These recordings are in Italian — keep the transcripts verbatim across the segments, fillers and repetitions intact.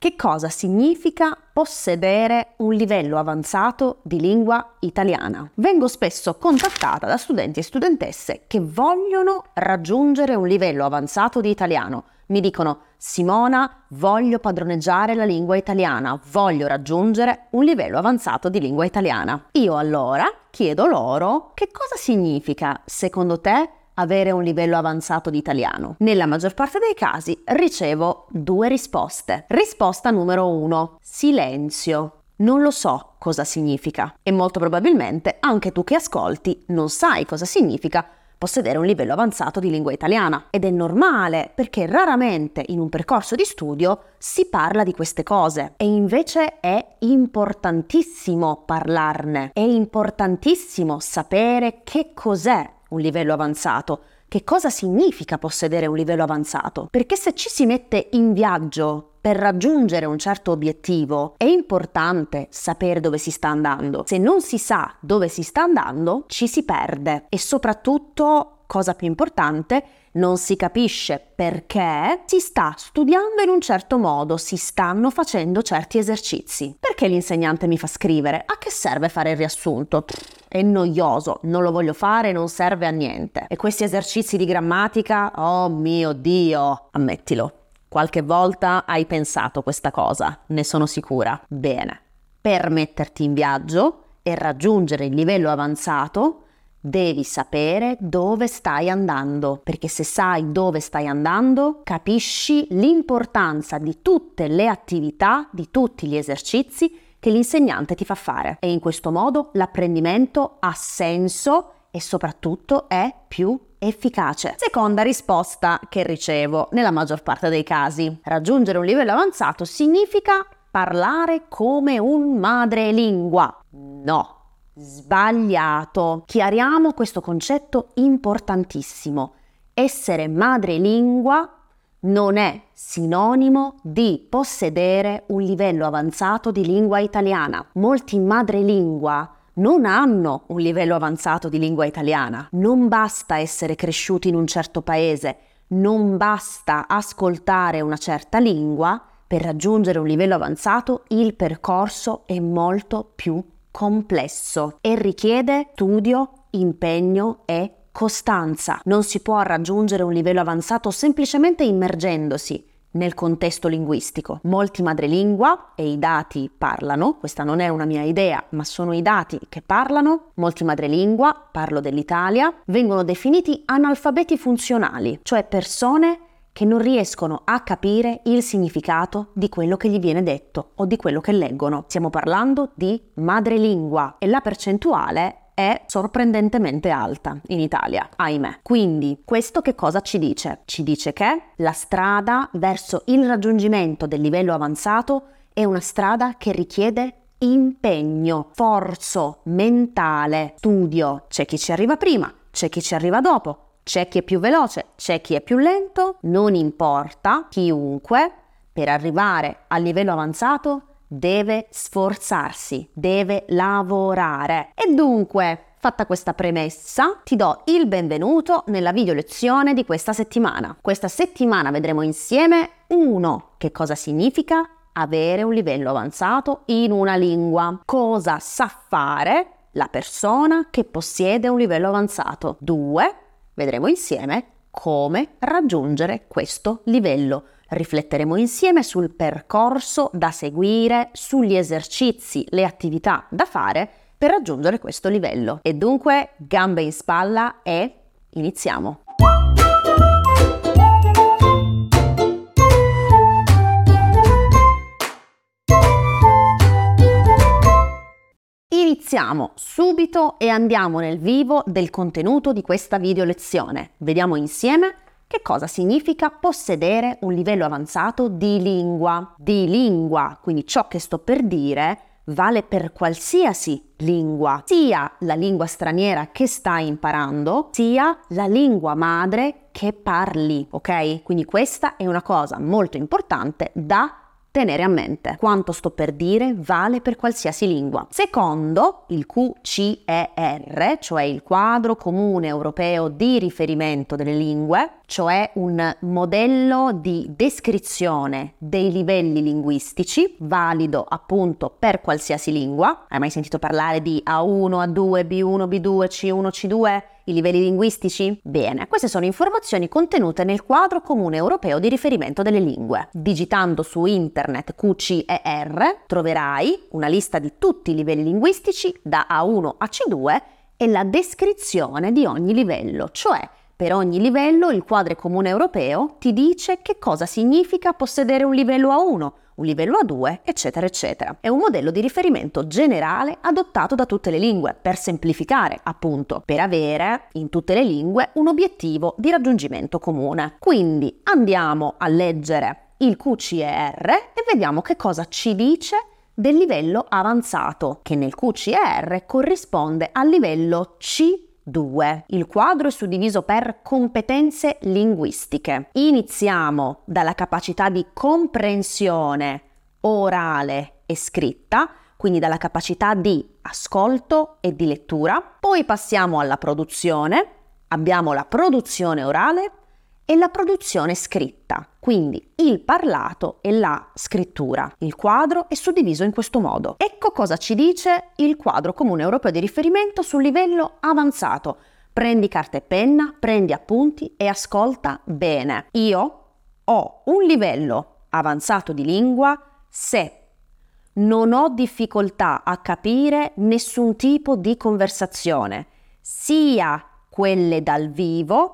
Che cosa significa possedere un livello avanzato di lingua italiana? Vengo spesso contattata da studenti e studentesse che vogliono raggiungere un livello avanzato di italiano. Mi dicono: Simona, voglio padroneggiare la lingua italiana, voglio raggiungere un livello avanzato di lingua italiana. Io allora chiedo loro: che cosa significa, secondo te, avere un livello avanzato di italiano? Nella maggior parte dei casi ricevo due risposte. Risposta numero uno: silenzio. Non lo so cosa significa e molto probabilmente anche tu che ascolti non sai cosa significa possedere un livello avanzato di lingua italiana. Ed è normale, perché raramente in un percorso di studio si parla di queste cose e invece è importantissimo parlarne. È importantissimo sapere che cos'è un livello avanzato, che cosa significa possedere un livello avanzato, perché se ci si mette in viaggio per raggiungere un certo obiettivo è importante sapere dove si sta andando. Se non si sa dove si sta andando, ci si perde e soprattutto, cosa più importante, non si capisce perché si sta studiando in un certo modo, si stanno facendo certi esercizi. Perché l'insegnante mi fa scrivere? A che serve fare il riassunto? È noioso, non lo voglio fare, non serve a niente. E questi esercizi di grammatica? Oh mio Dio! Ammettilo, qualche volta hai pensato questa cosa, ne sono sicura. Bene, per metterti in viaggio e raggiungere il livello avanzato, devi sapere dove stai andando, perché se sai dove stai andando, capisci l'importanza di tutte le attività, di tutti gli esercizi che l'insegnante ti fa fare. E in questo modo l'apprendimento ha senso e soprattutto è più efficace. Seconda risposta che ricevo nella maggior parte dei casi: raggiungere un livello avanzato significa parlare come un madrelingua. No. Sbagliato. Chiariamo questo concetto importantissimo. Essere madrelingua non è sinonimo di possedere un livello avanzato di lingua italiana. Molti madrelingua non hanno un livello avanzato di lingua italiana. Non basta essere cresciuti in un certo paese, non basta ascoltare una certa lingua per raggiungere un livello avanzato. Il percorso è molto più complesso e richiede studio, impegno e costanza. Non si può raggiungere un livello avanzato semplicemente immergendosi nel contesto linguistico. Molti madrelingua, e i dati parlano, questa non è una mia idea, ma sono i dati che parlano, molti madrelingua, parlo dell'Italia, vengono definiti analfabeti funzionali, cioè persone che non riescono a capire il significato di quello che gli viene detto o di quello che leggono. Stiamo parlando di madrelingua e la percentuale è sorprendentemente alta in Italia, ahimè. Quindi questo che cosa ci dice? Ci dice che la strada verso il raggiungimento del livello avanzato è una strada che richiede impegno, sforzo mentale, studio. C'è chi ci arriva prima, c'è chi ci arriva dopo. C'è chi è più veloce, c'è chi è più lento, non importa, chiunque per arrivare al livello avanzato deve sforzarsi, deve lavorare. E dunque, fatta questa premessa, ti do il benvenuto nella video lezione di questa settimana. Questa settimana vedremo insieme uno, che cosa significa avere un livello avanzato in una lingua, cosa sa fare la persona che possiede un livello avanzato. Due, vedremo insieme come raggiungere questo livello. Rifletteremo insieme sul percorso da seguire, sugli esercizi, le attività da fare per raggiungere questo livello. E dunque, gambe in spalla e iniziamo! Iniziamo subito e andiamo nel vivo del contenuto di questa video lezione. Vediamo insieme che cosa significa possedere un livello avanzato di lingua. Di lingua, quindi ciò che sto per dire vale per qualsiasi lingua, sia la lingua straniera che stai imparando, sia la lingua madre che parli, ok? Quindi questa è una cosa molto importante da tenere a mente. Quanto sto per dire vale per qualsiasi lingua. Secondo il Q C E R, cioè il quadro comune europeo di riferimento delle lingue, cioè un modello di descrizione dei livelli linguistici, valido appunto per qualsiasi lingua. Hai mai sentito parlare di A uno, A due, B uno, B due, C uno, C due? I livelli linguistici? Bene, queste sono informazioni contenute nel quadro comune europeo di riferimento delle lingue. Digitando su internet Q C E R troverai una lista di tutti i livelli linguistici da A uno a C due e la descrizione di ogni livello, cioè per ogni livello il quadro comune europeo ti dice che cosa significa possedere un livello A uno, un livello A due, eccetera, eccetera. È un modello di riferimento generale adottato da tutte le lingue, per semplificare, appunto, per avere in tutte le lingue un obiettivo di raggiungimento comune. Quindi andiamo a leggere il Q C E R e vediamo che cosa ci dice del livello avanzato, che nel Q C E R corrisponde al livello C due. Il quadro è suddiviso per competenze linguistiche. Iniziamo dalla capacità di comprensione orale e scritta, quindi dalla capacità di ascolto e di lettura. Poi passiamo alla produzione. Abbiamo la produzione orale e la produzione scritta, quindi il parlato e la scrittura. Il quadro è suddiviso in questo modo. Ecco cosa ci dice il quadro comune europeo di riferimento sul livello avanzato. Prendi carta e penna, prendi appunti e ascolta bene. Io ho un livello avanzato di lingua se non ho difficoltà a capire nessun tipo di conversazione, sia quelle dal vivo,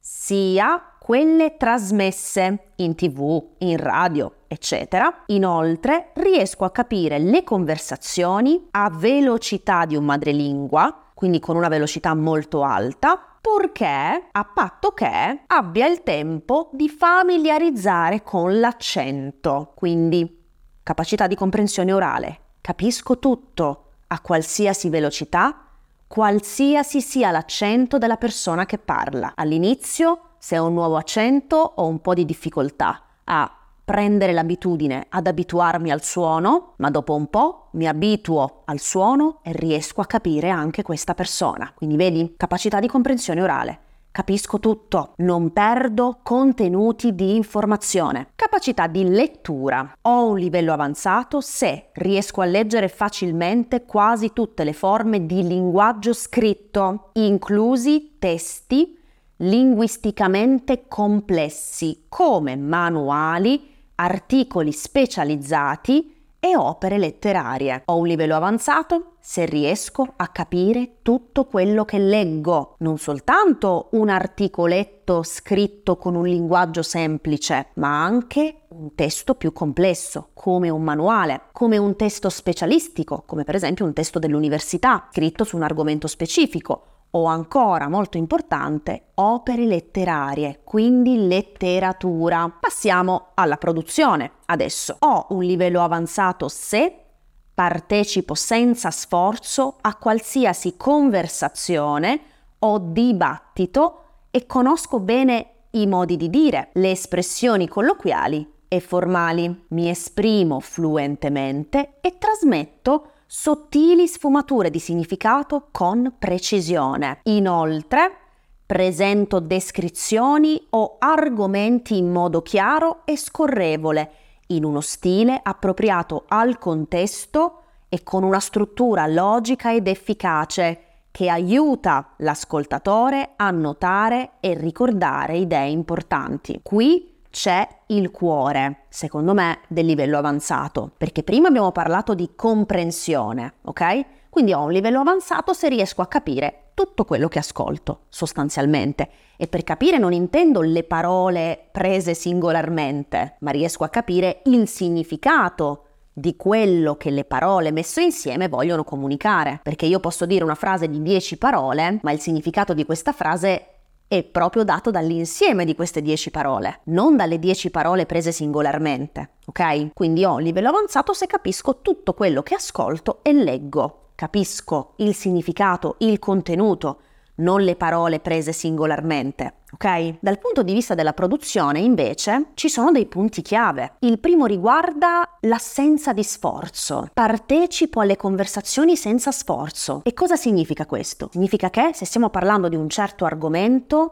sia quelle trasmesse in tv, in radio, eccetera. Inoltre, riesco a capire le conversazioni a velocità di un madrelingua, quindi con una velocità molto alta, purché, a patto che abbia il tempo di familiarizzare con l'accento. Quindi, capacità di comprensione orale. Capisco tutto a qualsiasi velocità, qualsiasi sia l'accento della persona che parla. All'inizio, se ho un nuovo accento, ho un po' di difficoltà a prendere l'abitudine, ad abituarmi al suono, ma dopo un po' mi abituo al suono e riesco a capire anche questa persona. Quindi vedi, capacità di comprensione orale. Capisco tutto, non perdo contenuti di informazione. Capacità di lettura. Ho un livello avanzato se riesco a leggere facilmente quasi tutte le forme di linguaggio scritto, inclusi testi linguisticamente complessi come manuali, articoli specializzati e opere letterarie. Ho un livello avanzato se riesco a capire tutto quello che leggo, non soltanto un articoletto scritto con un linguaggio semplice, ma anche un testo più complesso, come un manuale, come un testo specialistico, come per esempio un testo dell'università, scritto su un argomento specifico, o ancora, molto importante, opere letterarie, quindi letteratura. Passiamo alla produzione. Adesso ho un livello avanzato se partecipo senza sforzo a qualsiasi conversazione o dibattito e conosco bene i modi di dire, le espressioni colloquiali e formali. Mi esprimo fluentemente e trasmetto sottili sfumature di significato con precisione. Inoltre, presento descrizioni o argomenti in modo chiaro e scorrevole, in uno stile appropriato al contesto e con una struttura logica ed efficace che aiuta l'ascoltatore a notare e ricordare idee importanti. Qui c'è il cuore, secondo me, del livello avanzato, perché prima abbiamo parlato di comprensione, ok? Quindi ho un livello avanzato se riesco a capire tutto quello che ascolto, sostanzialmente. E per capire non intendo le parole prese singolarmente, ma riesco a capire il significato di quello che le parole messe insieme vogliono comunicare. Perché io posso dire una frase di dieci parole, ma il significato di questa frase è proprio dato dall'insieme di queste dieci parole, non dalle dieci parole prese singolarmente, ok? Quindi ho un livello avanzato se capisco tutto quello che ascolto e leggo. Capisco il significato, il contenuto, non le parole prese singolarmente, ok? Dal punto di vista della produzione, invece, ci sono dei punti chiave. Il primo riguarda l'assenza di sforzo. Partecipo alle conversazioni senza sforzo. E cosa significa questo? Significa che se stiamo parlando di un certo argomento,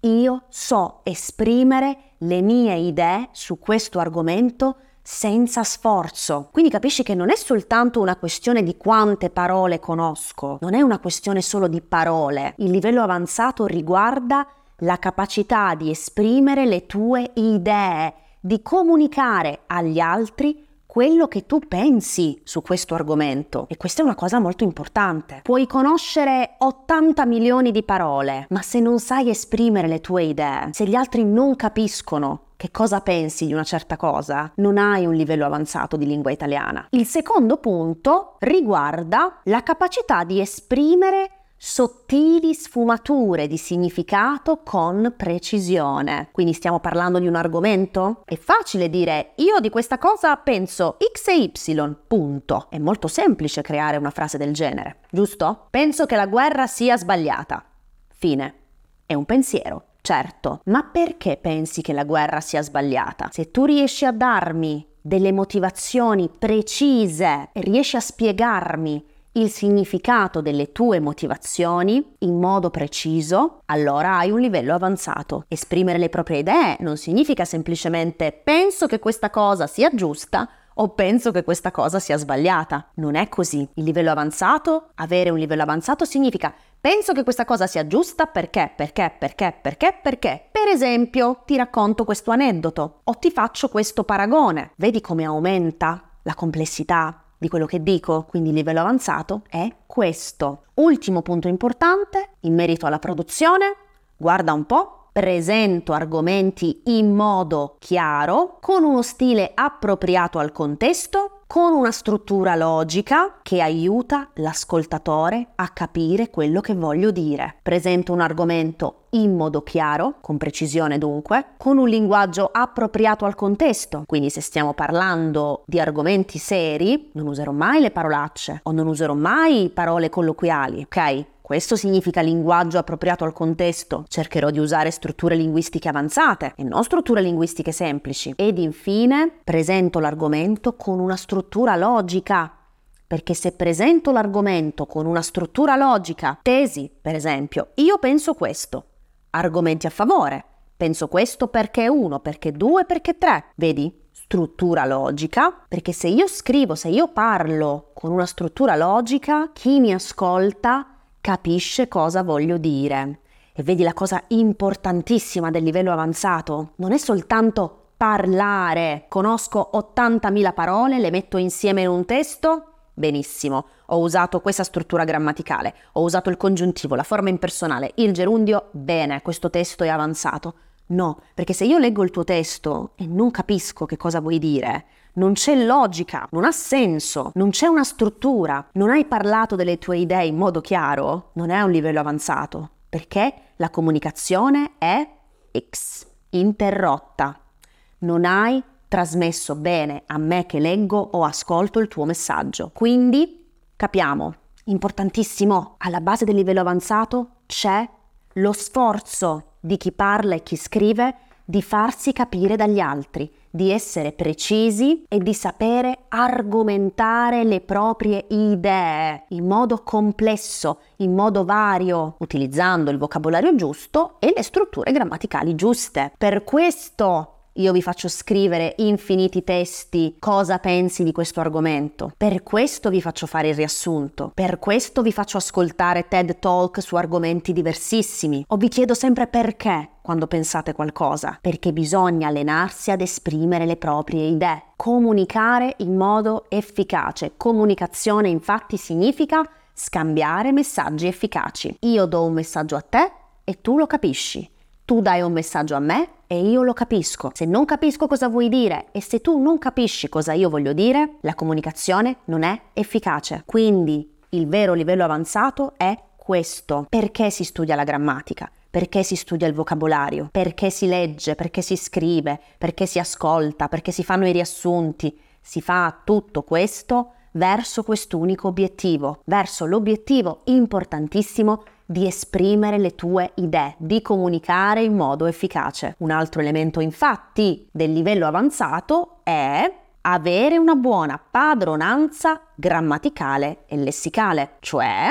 Io so esprimere le mie idee su questo argomento senza sforzo. Quindi capisci che non è soltanto una questione di quante parole conosco, non è una questione solo di parole. Il livello avanzato riguarda la capacità di esprimere le tue idee, di comunicare agli altri quello che tu pensi su questo argomento. E questa è una cosa molto importante. Puoi conoscere ottanta milioni di parole, ma se non sai esprimere le tue idee, se gli altri non capiscono che cosa pensi di una certa cosa, non hai un livello avanzato di lingua italiana. Il secondo punto riguarda la capacità di esprimere sottili sfumature di significato con precisione. Quindi stiamo parlando di un argomento? È facile dire io di questa cosa penso X e Y, punto. È molto semplice creare una frase del genere, giusto? Penso che la guerra sia sbagliata. Fine. È un pensiero. Certo, ma perché pensi che la guerra sia sbagliata? Se tu riesci a darmi delle motivazioni precise e riesci a spiegarmi il significato delle tue motivazioni in modo preciso, allora hai un livello avanzato. Esprimere le proprie idee non significa semplicemente penso che questa cosa sia giusta o penso che questa cosa sia sbagliata. Non è così. Il livello avanzato, avere un livello avanzato significa penso che questa cosa sia giusta perché, perché, perché, perché, perché. Per esempio, ti racconto questo aneddoto o ti faccio questo paragone. Vedi come aumenta la complessità di quello che dico? Quindi il livello avanzato è questo. Ultimo punto importante in merito alla produzione, guarda un po'. Presento argomenti in modo chiaro, con uno stile appropriato al contesto, con una struttura logica che aiuta l'ascoltatore a capire quello che voglio dire. Presento un argomento in modo chiaro, con precisione dunque, con un linguaggio appropriato al contesto. Quindi se stiamo parlando di argomenti seri, non userò mai le parolacce o non userò mai parole colloquiali, ok? Questo significa linguaggio appropriato al contesto. Cercherò di usare strutture linguistiche avanzate e non strutture linguistiche semplici. Ed infine presento l'argomento con una struttura logica. Perché se presento l'argomento con una struttura logica, tesi, per esempio, io penso questo. Argomenti a favore. Penso questo perché uno, perché due, perché tre. Vedi? Struttura logica, perché se io scrivo, se io parlo con una struttura logica, chi mi ascolta capisce cosa voglio dire. E vedi la cosa importantissima del livello avanzato? Non è soltanto parlare. Conosco ottantamila parole, le metto insieme in un testo? Benissimo, ho usato questa struttura grammaticale, ho usato il congiuntivo, la forma impersonale, il gerundio, bene, questo testo è avanzato. No, perché se io leggo il tuo testo e non capisco che cosa vuoi dire, non c'è logica, non ha senso, non c'è una struttura, non hai parlato delle tue idee in modo chiaro, non è un livello avanzato, perché la comunicazione è X, interrotta. Non hai trasmesso bene a me che leggo o ascolto il tuo messaggio. Quindi, capiamo, importantissimo, alla base del livello avanzato c'è lo sforzo di chi parla e chi scrive di farsi capire dagli altri, di essere precisi e di sapere argomentare le proprie idee in modo complesso, in modo vario, utilizzando il vocabolario giusto e le strutture grammaticali giuste. Per questo io vi faccio scrivere infiniti testi cosa pensi di questo argomento. Per questo vi faccio fare il riassunto. Per questo vi faccio ascoltare TED Talk su argomenti diversissimi. O vi chiedo sempre perché quando pensate qualcosa. Perché bisogna allenarsi ad esprimere le proprie idee. Comunicare in modo efficace. Comunicazione infatti significa scambiare messaggi efficaci. Io do un messaggio a te e tu lo capisci. Tu dai un messaggio a me e io lo capisco. Se non capisco cosa vuoi dire e se tu non capisci cosa io voglio dire, la comunicazione non è efficace. Quindi il vero livello avanzato è questo. Perché si studia la grammatica? Perché si studia il vocabolario? Perché si legge? Perché si scrive? Perché si ascolta? Perché si fanno i riassunti? Si fa tutto questo verso quest'unico obiettivo, verso l'obiettivo importantissimo di esprimere le tue idee, di comunicare in modo efficace. Un altro elemento infatti del livello avanzato è avere una buona padronanza grammaticale e lessicale, cioè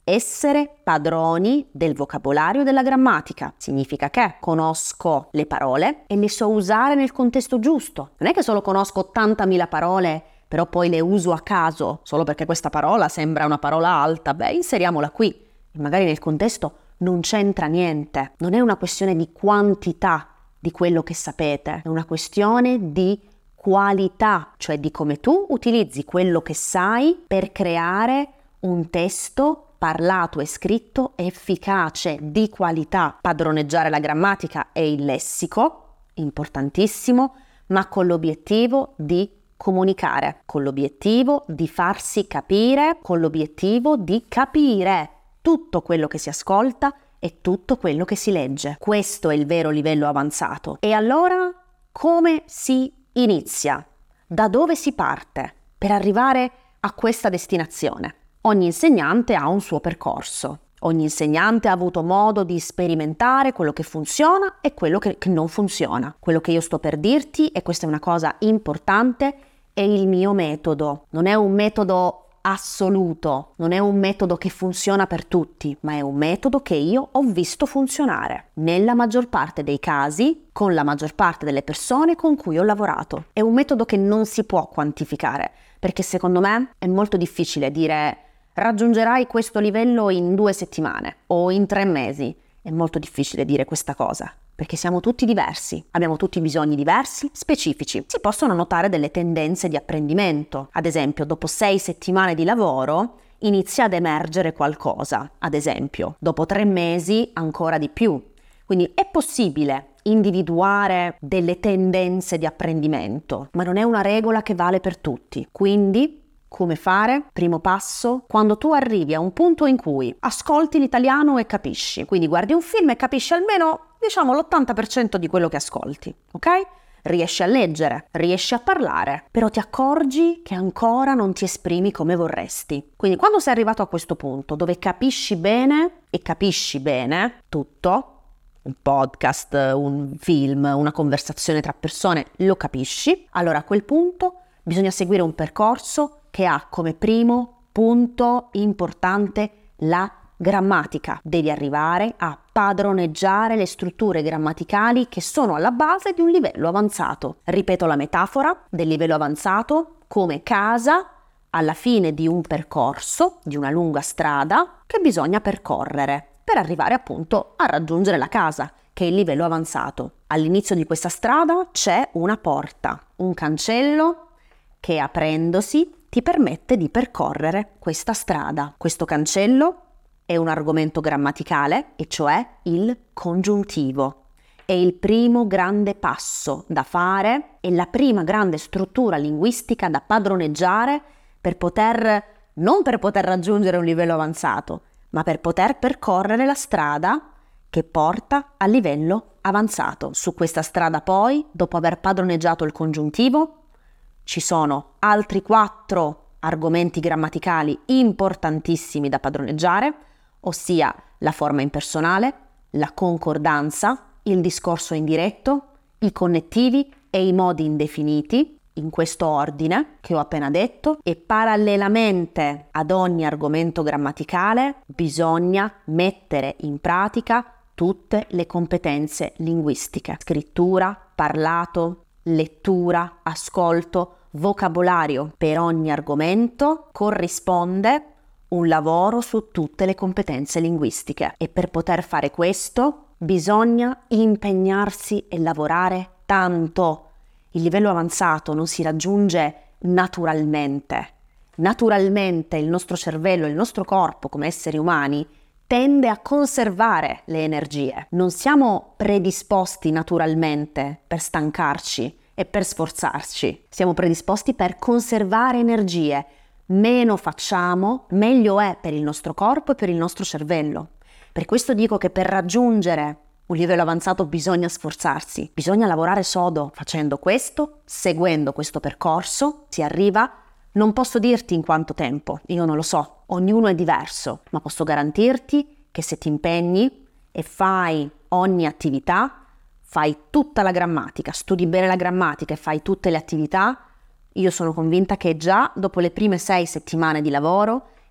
essere padroni del vocabolario e della grammatica. Significa che conosco le parole e le so usare nel contesto giusto. Non è che solo conosco ottantamila parole, però poi le uso a caso, solo perché questa parola sembra una parola alta. Beh, inseriamola qui. E magari nel contesto non c'entra niente. Non è una questione di quantità di quello che sapete, è una questione di qualità, cioè di come tu utilizzi quello che sai per creare un testo parlato e scritto efficace, di qualità. Padroneggiare la grammatica e il lessico, importantissimo, ma con l'obiettivo di comunicare, con l'obiettivo di farsi capire, con l'obiettivo di capire tutto quello che si ascolta e tutto quello che si legge. Questo è il vero livello avanzato. E allora come si inizia? Da dove si parte per arrivare a questa destinazione? Ogni insegnante ha un suo percorso. Ogni insegnante ha avuto modo di sperimentare quello che funziona e quello che, che non funziona. Quello che io sto per dirti, e questa è una cosa importante, è il mio metodo. Non è un metodo assoluto, non è un metodo che funziona per tutti, ma è un metodo che io ho visto funzionare nella maggior parte dei casi, con la maggior parte delle persone con cui ho lavorato. È un metodo che non si può quantificare, perché secondo me è molto difficile dire raggiungerai questo livello in due settimane o in tre mesi. È molto difficile dire questa cosa, perché siamo tutti diversi, abbiamo tutti bisogni diversi, specifici. Si possono notare delle tendenze di apprendimento. Ad esempio, dopo sei settimane di lavoro inizia ad emergere qualcosa. Ad esempio, dopo tre mesi ancora di più. Quindi è possibile individuare delle tendenze di apprendimento, ma non è una regola che vale per tutti. Quindi, come fare? Primo passo, quando tu arrivi a un punto in cui ascolti l'italiano e capisci, quindi guardi un film e capisci almeno, diciamo, l'ottanta per cento di quello che ascolti, ok? Riesci a leggere, riesci a parlare, però ti accorgi che ancora non ti esprimi come vorresti. Quindi quando sei arrivato a questo punto, dove capisci bene e capisci bene tutto, un podcast, un film, una conversazione tra persone, lo capisci, allora a quel punto bisogna seguire un percorso che ha come primo punto importante la grammatica. Devi arrivare a padroneggiare le strutture grammaticali che sono alla base di un livello avanzato. Ripeto la metafora del livello avanzato come casa alla fine di un percorso, di una lunga strada che bisogna percorrere per arrivare appunto a raggiungere la casa, che è il livello avanzato. All'inizio di questa strada c'è una porta, un cancello che aprendosi ti permette di percorrere questa strada. Questo cancello è un argomento grammaticale, e cioè il congiuntivo. È il primo grande passo da fare, è la prima grande struttura linguistica da padroneggiare per poter, non per poter raggiungere un livello avanzato, ma per poter percorrere la strada che porta al livello avanzato. Su questa strada poi, dopo aver padroneggiato il congiuntivo, ci sono altri quattro argomenti grammaticali importantissimi da padroneggiare, ossia la forma impersonale, la concordanza, il discorso indiretto, i connettivi e i modi indefiniti, in questo ordine che ho appena detto, e parallelamente ad ogni argomento grammaticale bisogna mettere in pratica tutte le competenze linguistiche: scrittura, parlato, lettura, ascolto, vocabolario. Per ogni argomento corrisponde un lavoro su tutte le competenze linguistiche, e per poter fare questo bisogna impegnarsi e lavorare tanto. Il livello avanzato non si raggiunge naturalmente. Naturalmente il nostro cervello, il nostro corpo come esseri umani tende a conservare le energie. Non siamo predisposti naturalmente per stancarci e per sforzarci. Siamo predisposti per conservare energie. Meno facciamo, meglio è per il nostro corpo e per il nostro cervello. Per questo dico che per raggiungere un livello avanzato bisogna sforzarsi, bisogna lavorare sodo. Facendo questo, seguendo questo percorso, si arriva. Non posso dirti in quanto tempo, io non lo so, ognuno è diverso, ma posso garantirti che se ti impegni e fai ogni attività, fai tutta la grammatica, studi bene la grammatica e fai tutte le attività, io sono convinta che già dopo le prime sei settimane di lavoro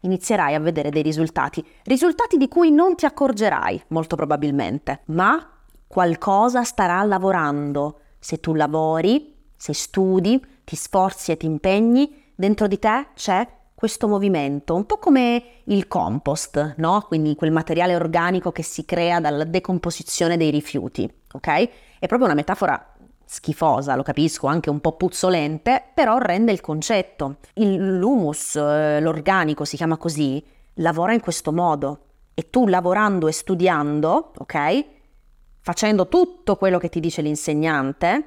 inizierai a vedere dei risultati, risultati di cui non ti accorgerai molto probabilmente, ma qualcosa starà lavorando. Se tu lavori, se studi, ti sforzi e ti impegni, dentro di te c'è questo movimento, un po' come il compost, no? Quindi quel materiale organico che si crea dalla decomposizione dei rifiuti, ok? È proprio una metafora schifosa, lo capisco, anche un po' puzzolente, però rende il concetto. Il, l'humus, eh, l'organico si chiama così, lavora in questo modo e tu lavorando e studiando, ok? Facendo tutto quello che ti dice l'insegnante,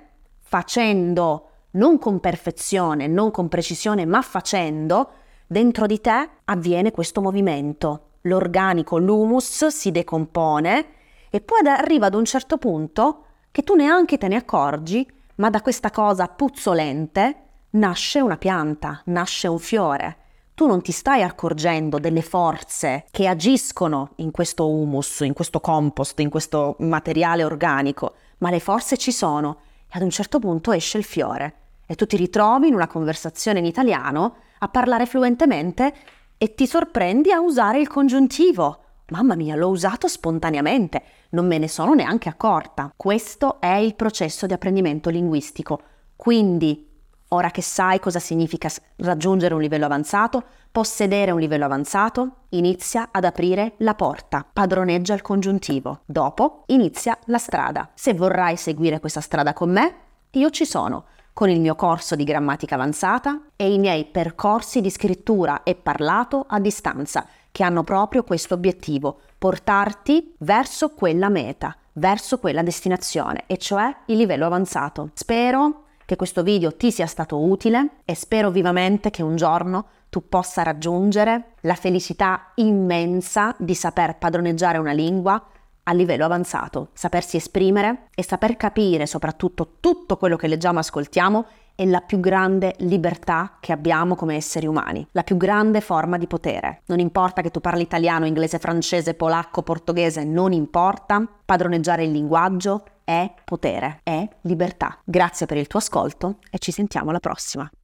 facendo non con perfezione, non con precisione, ma facendo, dentro di te avviene questo movimento. L'organico, l'humus si decompone e poi arriva ad un certo punto che tu neanche te ne accorgi, ma da questa cosa puzzolente nasce una pianta, nasce un fiore. Tu non ti stai accorgendo delle forze che agiscono in questo humus, in questo compost, in questo materiale organico, ma le forze ci sono e ad un certo punto esce il fiore e tu ti ritrovi in una conversazione in italiano a parlare fluentemente e ti sorprendi a usare il congiuntivo. Mamma mia, l'ho usato spontaneamente, non me ne sono neanche accorta. Questo è il processo di apprendimento linguistico. Quindi, ora che sai cosa significa raggiungere un livello avanzato, possedere un livello avanzato, inizia ad aprire la porta, padroneggia il congiuntivo. Dopo inizia la strada. Se vorrai seguire questa strada con me, io ci sono, con il mio corso di grammatica avanzata e i miei percorsi di scrittura e parlato a distanza, che hanno proprio questo obiettivo, portarti verso quella meta, verso quella destinazione, e cioè il livello avanzato. Spero che questo video ti sia stato utile e spero vivamente che un giorno tu possa raggiungere la felicità immensa di saper padroneggiare una lingua a livello avanzato, sapersi esprimere e saper capire soprattutto tutto quello che leggiamo e ascoltiamo è la più grande libertà che abbiamo come esseri umani, la più grande forma di potere. Non importa che tu parli italiano, inglese, francese, polacco, portoghese, non importa, padroneggiare il linguaggio è potere, è libertà. Grazie per il tuo ascolto e ci sentiamo alla prossima.